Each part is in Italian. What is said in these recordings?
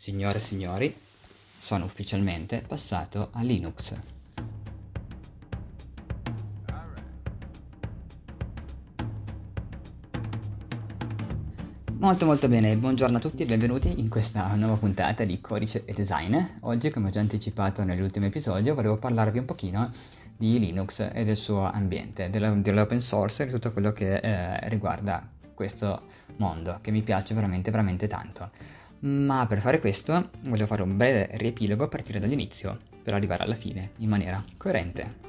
Signore e signori, sono ufficialmente passato a Linux. Molto bene, buongiorno a tutti e benvenuti in questa nuova puntata di Codice e Design. Oggi, come ho già anticipato nell'ultimo episodio, volevo parlarvi un pochino di Linux e del suo ambiente, dell'open source e di tutto quello che riguarda questo mondo, che mi piace veramente tanto. Ma per fare questo voglio fare un breve riepilogo a partire dall'inizio, per arrivare alla fine in maniera coerente.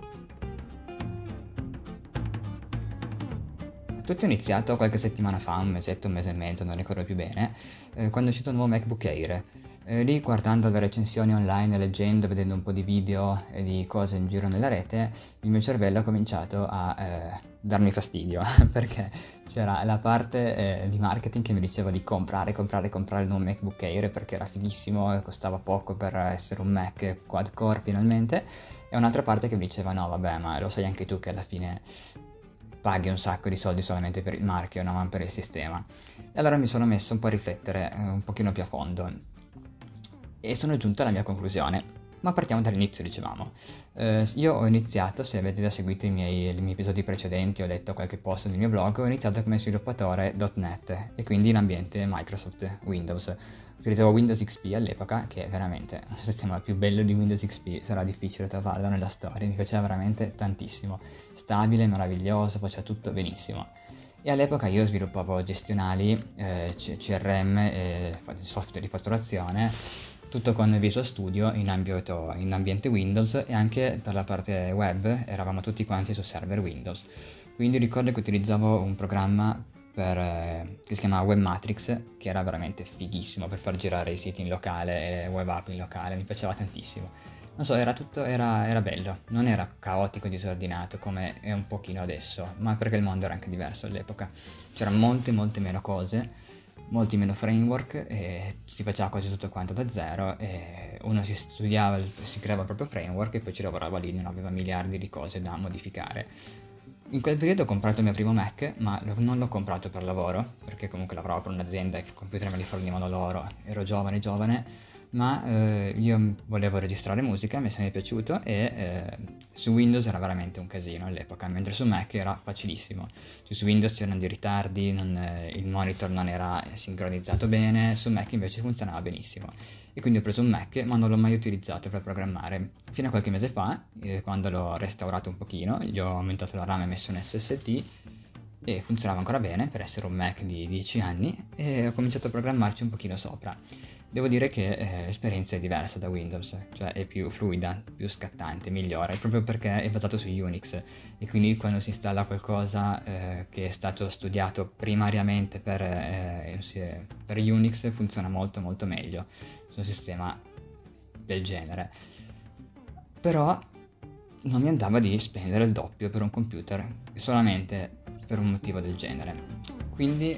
Tutto è iniziato qualche settimana fa, un mesetto, un mese e mezzo, non ricordo più bene, quando è uscito il nuovo MacBook Air. Lì, guardando le recensioni online, leggendo, vedendo un po' di video e di cose in giro nella rete, il mio cervello ha cominciato a darmi fastidio, perché c'era la parte di marketing che mi diceva di comprare il nuovo MacBook Air perché era fighissimo, costava poco per essere un Mac quad-core finalmente, e un'altra parte che mi diceva no vabbè, ma lo sai anche tu che alla fine paghi un sacco di soldi solamente per il marchio, non per il sistema. E allora mi sono messo un po' a riflettere un pochino più a fondo e sono giunto alla mia conclusione. Ma partiamo dall'inizio, dicevamo. Io ho iniziato, se avete già seguito i miei episodi precedenti, ho letto qualche post nel mio blog, ho iniziato come sviluppatore .NET e quindi in ambiente Microsoft Windows. Utilizzavo Windows XP all'epoca, che è veramente il sistema più bello di Windows XP, sarà difficile trovarlo nella storia, mi piaceva veramente tantissimo. Stabile, meraviglioso, faceva tutto benissimo. E all'epoca io sviluppavo gestionali, CRM, software di fatturazione, tutto con Visual Studio in ambiente Windows, e anche per la parte web eravamo tutti quanti su server Windows. Quindi ricordo che utilizzavo un programma che si chiamava Webmatrix, che era veramente fighissimo per far girare i siti in locale e web app in locale, mi piaceva tantissimo. Non so, era bello, non era caotico e disordinato come è un pochino adesso, ma perché il mondo era anche diverso all'epoca. C'erano molte meno cose, molti meno framework e si faceva quasi tutto quanto da zero, e uno si studiava, si creava il proprio framework e poi ci lavorava lì, non aveva miliardi di cose da modificare. In quel periodo ho comprato il mio primo Mac, ma non l'ho comprato per lavoro, perché comunque lavoravo per un'azienda e i computer me li fornivano loro, ero giovane, ma io volevo registrare musica, mi è sempre piaciuto, e su Windows era veramente un casino all'epoca, mentre su Mac era facilissimo. Su Windows c'erano dei ritardi, il monitor non era sincronizzato bene, su Mac invece funzionava benissimo. E quindi ho preso un Mac, ma non l'ho mai utilizzato per programmare. Fino a qualche mese fa, quando l'ho restaurato un pochino, gli ho aumentato la RAM e messo un SSD, e funzionava ancora bene per essere un Mac di 10 anni, e ho cominciato a programmarci un pochino sopra. Devo dire che l'esperienza è diversa da Windows, cioè è più fluida, più scattante, migliore, proprio perché è basato su Unix, e quindi quando si installa qualcosa che è stato studiato primariamente per Unix funziona molto meglio su un sistema del genere. Però non mi andava di spendere il doppio per un computer solamente per un motivo del genere. Quindi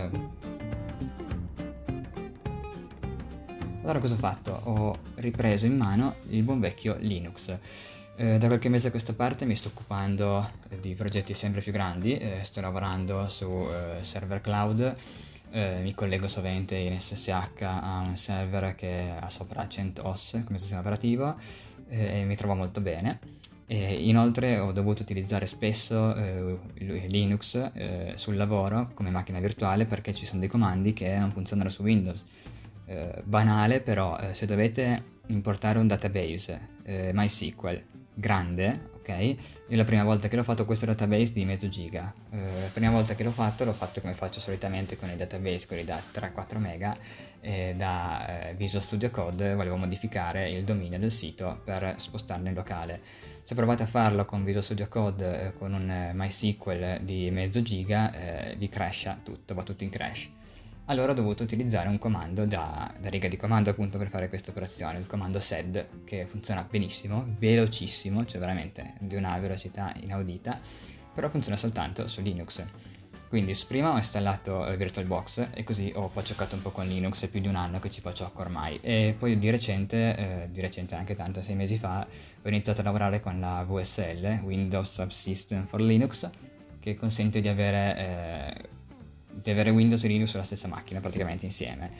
allora cosa ho fatto? Ho ripreso in mano il buon vecchio Linux. Da qualche mese a questa parte mi sto occupando di progetti sempre più grandi, sto lavorando su server cloud, mi collego sovente in SSH a un server che ha sopra CentOS come sistema operativo, e mi trovo molto bene. E inoltre ho dovuto utilizzare spesso Linux sul lavoro come macchina virtuale, perché ci sono dei comandi che non funzionano su Windows. Banale, però se dovete importare un database MySQL grande, ok? Io la prima volta che l'ho fatto, questo database di mezzo giga, la prima volta che l'ho fatto come faccio solitamente con i database, quelli da 3-4 mega, e da Visual Studio Code volevo modificare il dominio del sito per spostarlo in locale. Se provate a farlo con Visual Studio Code, con un MySQL di mezzo giga, vi crasha tutto, va tutto in crash. Allora ho dovuto utilizzare un comando da riga di comando appunto per fare questa operazione, il comando sed, che funziona benissimo, velocissimo, cioè veramente di una velocità inaudita, però funziona soltanto su Linux. Quindi prima ho installato VirtualBox e così ho poi giocato un po' con Linux, è più di un anno che ci gioco ormai, e poi di recente anche tanto, 6 mesi fa, ho iniziato a lavorare con la VSL, Windows Subsystem for Linux, che consente di avere Windows e Linux sulla stessa macchina praticamente insieme,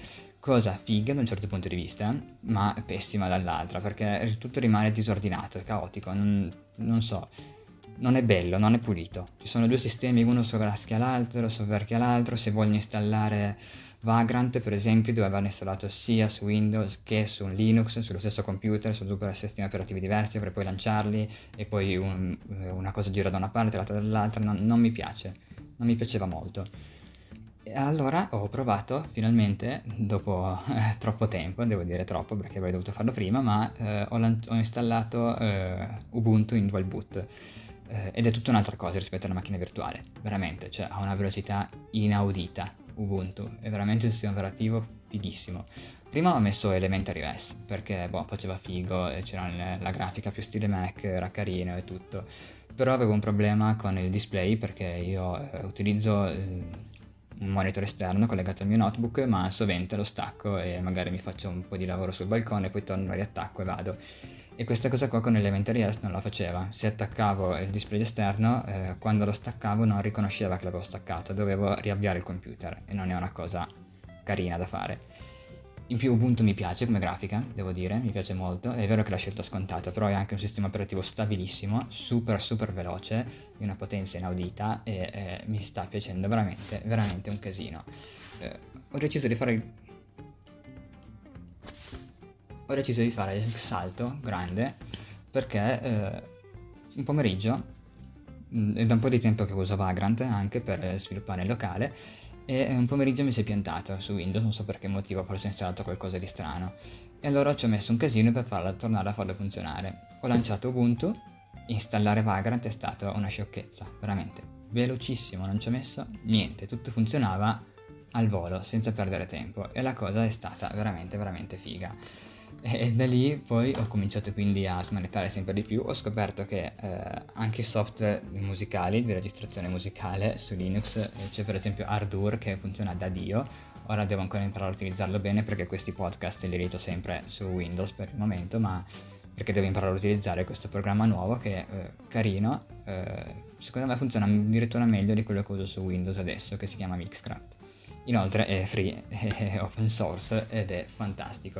cosa figa da un certo punto di vista, ma pessima dall'altra, perché tutto rimane disordinato, è caotico, non so, non è bello, non è pulito. Ci sono due sistemi, uno sovraschia l'altro, soverchia l'altro. Se voglio installare Vagrant, per esempio, devo averlo installato sia su Windows che su Linux, sullo stesso computer, su due sistemi operativi diversi, per poi lanciarli e poi una cosa gira da una parte, l'altra dall'altra. Non mi piace, non mi piaceva molto. E allora ho provato finalmente, dopo troppo tempo, devo dire troppo perché avrei dovuto farlo prima, ma ho installato Ubuntu in dual boot. Ed è tutta un'altra cosa rispetto alla macchina virtuale, veramente, cioè ha una velocità inaudita Ubuntu, è veramente un sistema operativo fighissimo. Prima ho messo Elementary OS perché faceva figo, e c'era la grafica più stile Mac, era carino e tutto, però avevo un problema con il display perché io utilizzo un monitor esterno collegato al mio notebook, ma sovente lo stacco e magari mi faccio un po' di lavoro sul balcone, poi torno, riattacco e vado. E questa cosa qua con Elementary OS non la faceva. Se attaccavo il display esterno, quando lo staccavo non riconosceva che l'avevo staccato, dovevo riavviare il computer e non è una cosa carina da fare. In più Ubuntu mi piace come grafica, devo dire, mi piace molto, è vero che l'ho scelta scontata, però è anche un sistema operativo stabilissimo, super super veloce, di una potenza inaudita e mi sta piacendo veramente, veramente un casino. Ho deciso di fare il salto grande perché un pomeriggio, è da un po' di tempo che uso Vagrant anche per sviluppare in locale, e un pomeriggio mi si è piantato su Windows, non so per che motivo, forse ho installato qualcosa di strano. E allora ci ho messo un casino per tornare a farlo funzionare. Ho lanciato Ubuntu, installare Vagrant è stata una sciocchezza, veramente. Velocissimo, non ci ho messo niente, tutto funzionava al volo, senza perdere tempo, e la cosa è stata veramente, veramente figa. E da lì poi ho cominciato quindi a smanettare sempre di più, ho scoperto che anche i software musicali, di registrazione musicale su Linux, c'è per esempio Ardour che funziona da Dio. Ora devo ancora imparare a utilizzarlo bene perché questi podcast li edito sempre su Windows per il momento, ma perché devo imparare a utilizzare questo programma nuovo che è carino, secondo me funziona addirittura meglio di quello che uso su Windows adesso, che si chiama Mixcraft. Inoltre è free, è open source ed è fantastico.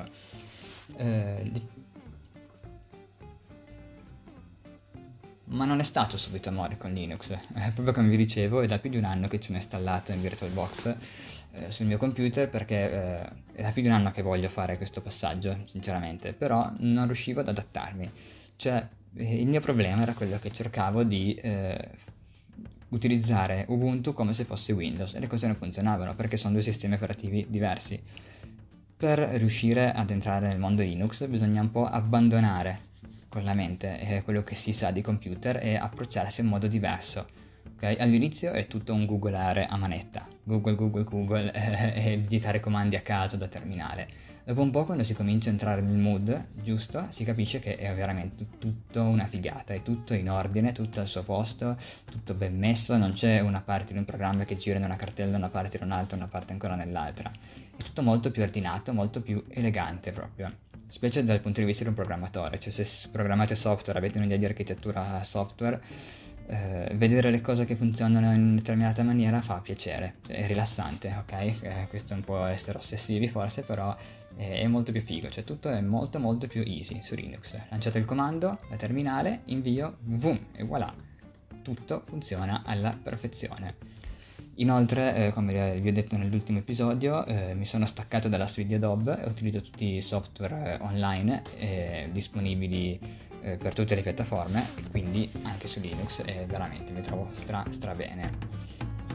Ma non è stato subito amore con Linux, proprio come vi dicevo è da più di un anno che ci sono installato in VirtualBox sul mio computer perché è da più di un anno che voglio fare questo passaggio, sinceramente, però non riuscivo ad adattarmi. Cioè, il mio problema era quello che cercavo di utilizzare Ubuntu come se fosse Windows e le cose non funzionavano perché sono due sistemi operativi diversi. Per riuscire ad entrare nel mondo Linux bisogna un po' abbandonare con la mente quello che si sa di computer e approcciarsi in modo diverso. Okay? All'inizio è tutto un googolare a manetta, Google e digitare comandi a caso da terminale. Dopo un po', quando si comincia a entrare nel mood giusto, si capisce che è veramente tutto una figata, è tutto in ordine, tutto al suo posto, tutto ben messo, non c'è una parte di un programma che gira in una cartella, una parte in un'altra, una parte ancora nell'altra. È tutto molto più ordinato, molto più elegante proprio, specie dal punto di vista di un programmatore, cioè se programmate software, avete un'idea di architettura software, vedere le cose che funzionano in una determinata maniera fa piacere, è rilassante, ok? Questo è un po' essere ossessivi forse, però è molto più figo, cioè tutto è molto molto più easy su Linux. Lanciate il comando, la terminale, invio, boom, e voilà, tutto funziona alla perfezione. Inoltre, come vi ho detto nell'ultimo episodio, mi sono staccato dalla suite di Adobe e utilizzo tutti i software online disponibili per tutte le piattaforme e quindi anche su Linux e veramente mi trovo stra bene.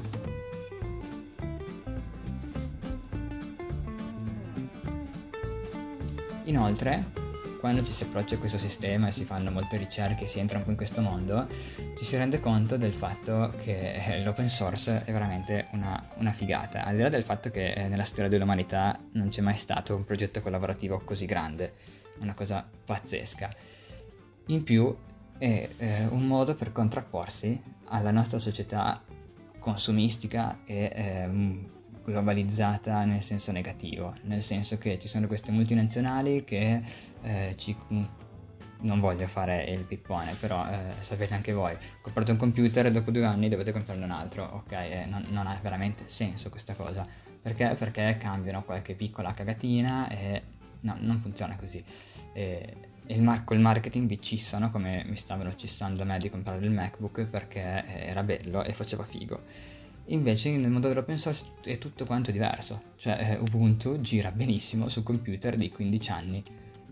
Inoltre, quando ci si approccia a questo sistema e si fanno molte ricerche e si entra un po' in questo mondo, ci si rende conto del fatto che l'open source è veramente una figata. Al di là del fatto che nella storia dell'umanità non c'è mai stato un progetto collaborativo così grande, una cosa pazzesca. In più è un modo per contrapporsi alla nostra società consumistica e globalizzata nel senso negativo, nel senso che ci sono queste multinazionali che ci non voglio fare il pippone, però sapete anche voi, comprate un computer e dopo 2 anni dovete comprarne un altro, ok? Non ha veramente senso questa cosa. Perché? Perché cambiano qualche piccola cagatina e no, non funziona così. E col marketing vi cissano come mi stavano cissando a me di comprare il MacBook perché era bello e faceva figo. Invece nel mondo dell'open source è tutto quanto diverso, cioè Ubuntu gira benissimo su computer di 15 anni.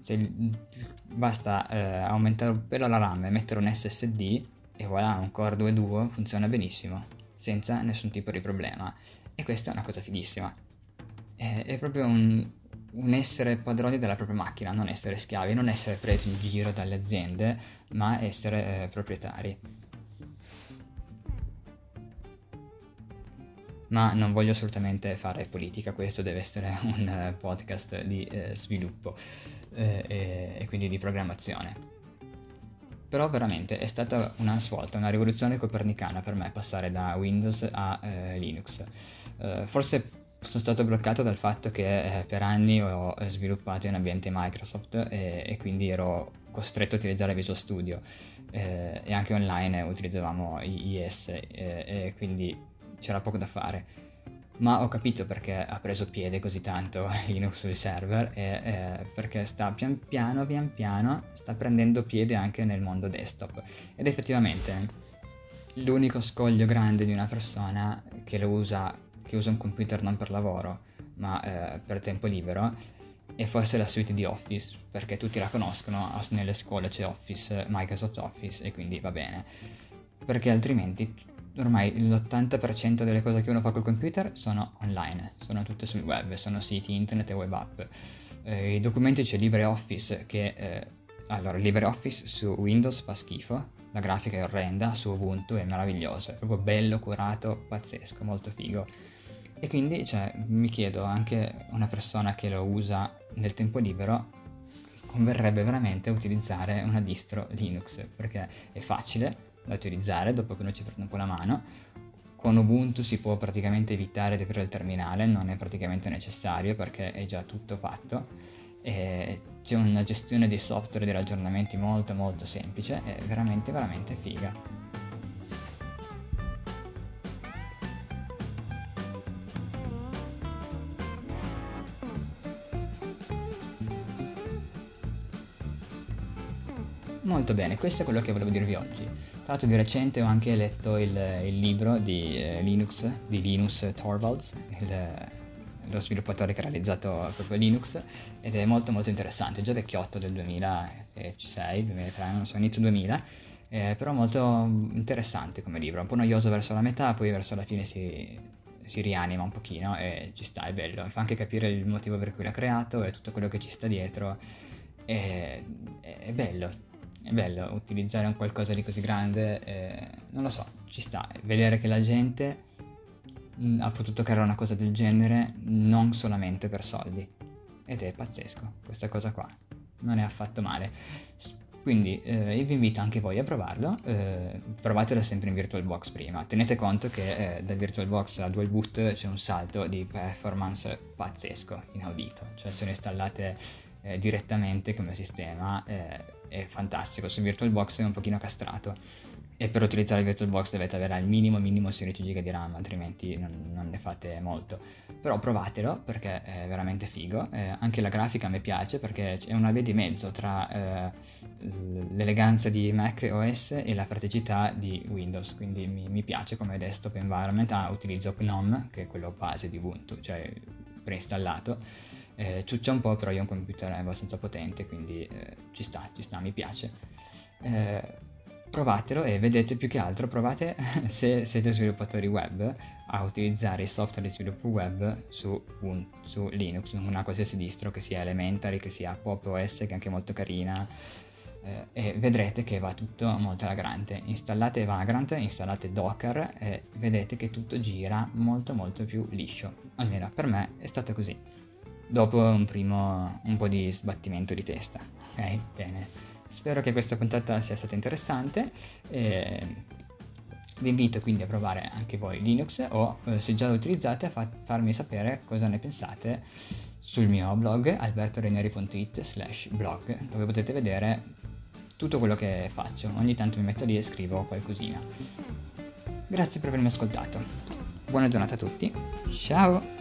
Basta aumentare un pelo la RAM e mettere un SSD e voilà, un Core 2 Duo funziona benissimo, senza nessun tipo di problema. E questa è una cosa fighissima. È proprio un essere padroni della propria macchina, non essere schiavi, non essere presi in giro dalle aziende, ma essere proprietari. Ma non voglio assolutamente fare politica, questo deve essere un podcast di sviluppo e quindi di programmazione. Però veramente è stata una svolta, una rivoluzione copernicana per me passare da Windows a Linux. Forse sono stato bloccato dal fatto che per anni ho sviluppato in ambiente Microsoft e quindi ero costretto a utilizzare Visual Studio e anche online utilizzavamo IIS e quindi c'era poco da fare. Ma ho capito perché ha preso piede così tanto Linux sui server e perché sta pian piano sta prendendo piede anche nel mondo desktop. Ed effettivamente l'unico scoglio grande di una persona che usa un computer non per lavoro, ma per tempo libero, è forse la suite di Office, perché tutti la conoscono, nelle scuole c'è Office, Microsoft Office e quindi va bene. Perché altrimenti ormai l'80% delle cose che uno fa col computer sono online, sono tutte sul web, sono siti internet e web app. I documenti c'è LibreOffice che... allora, LibreOffice su Windows fa schifo, la grafica è orrenda, su Ubuntu è meraviglioso, è proprio bello, curato, pazzesco, molto figo. E quindi, cioè, mi chiedo anche una persona che lo usa nel tempo libero, converrebbe veramente utilizzare una distro Linux, perché è facile da utilizzare dopo che uno ci prende un po' la mano. Con Ubuntu si può praticamente evitare di aprire il terminale, non è praticamente necessario perché è già tutto fatto. E c'è una gestione dei software e degli aggiornamenti molto molto semplice, è veramente veramente figa. Molto bene, questo è quello che volevo dirvi oggi. Tra l'altro di recente ho anche letto il libro di Linux, di Linus Torvalds, lo sviluppatore che ha realizzato proprio Linux, ed è molto molto interessante, già vecchiotto del 2006, 2003, non so, inizio 2000, però molto interessante come libro, un po' noioso verso la metà, poi verso la fine si rianima un pochino e ci sta, è bello, fa anche capire il motivo per cui l'ha creato e tutto quello che ci sta dietro, è bello. È bello utilizzare un qualcosa di così grande, non lo so, ci sta. Vedere che la gente ha potuto creare una cosa del genere non solamente per soldi. Ed è pazzesco, questa cosa qua. Non è affatto male. Quindi io vi invito anche voi a provarlo, provatelo sempre in VirtualBox prima. Tenete conto che dal VirtualBox a Dual Boot c'è un salto di performance pazzesco, inaudito. Cioè se lo installate direttamente come sistema è fantastico. Su VirtualBox è un pochino castrato e per utilizzare il VirtualBox dovete avere al minimo 16 GB di RAM, altrimenti non ne fate molto. Però provatelo perché è veramente figo. Anche la grafica mi piace perché è una via di mezzo tra l'eleganza di Mac OS e la praticità di Windows, quindi mi piace come desktop environment. Utilizzo GNOME, che è quello base di Ubuntu, cioè preinstallato. Ciuccia un po', però io ho un computer abbastanza potente, quindi ci sta, mi piace. Provatelo e vedete, più che altro provate se siete sviluppatori web a utilizzare il software di sviluppo web su Linux, su una qualsiasi distro, che sia Elementary, che sia Pop OS, che è anche molto carina, e vedrete che va tutto molto alla grande. Installate Vagrant, installate Docker e vedete che tutto gira molto molto più liscio, almeno per me è stato così dopo un po' di sbattimento di testa. Ok, bene. Spero che questa puntata sia stata interessante. Vi invito quindi a provare anche voi Linux o se già lo utilizzate a farmi sapere cosa ne pensate sul mio blog albertoreneri.it/blog, dove potete vedere tutto quello che faccio. Ogni tanto mi metto lì e scrivo qualcosina. Grazie per avermi ascoltato. Buona giornata a tutti. Ciao!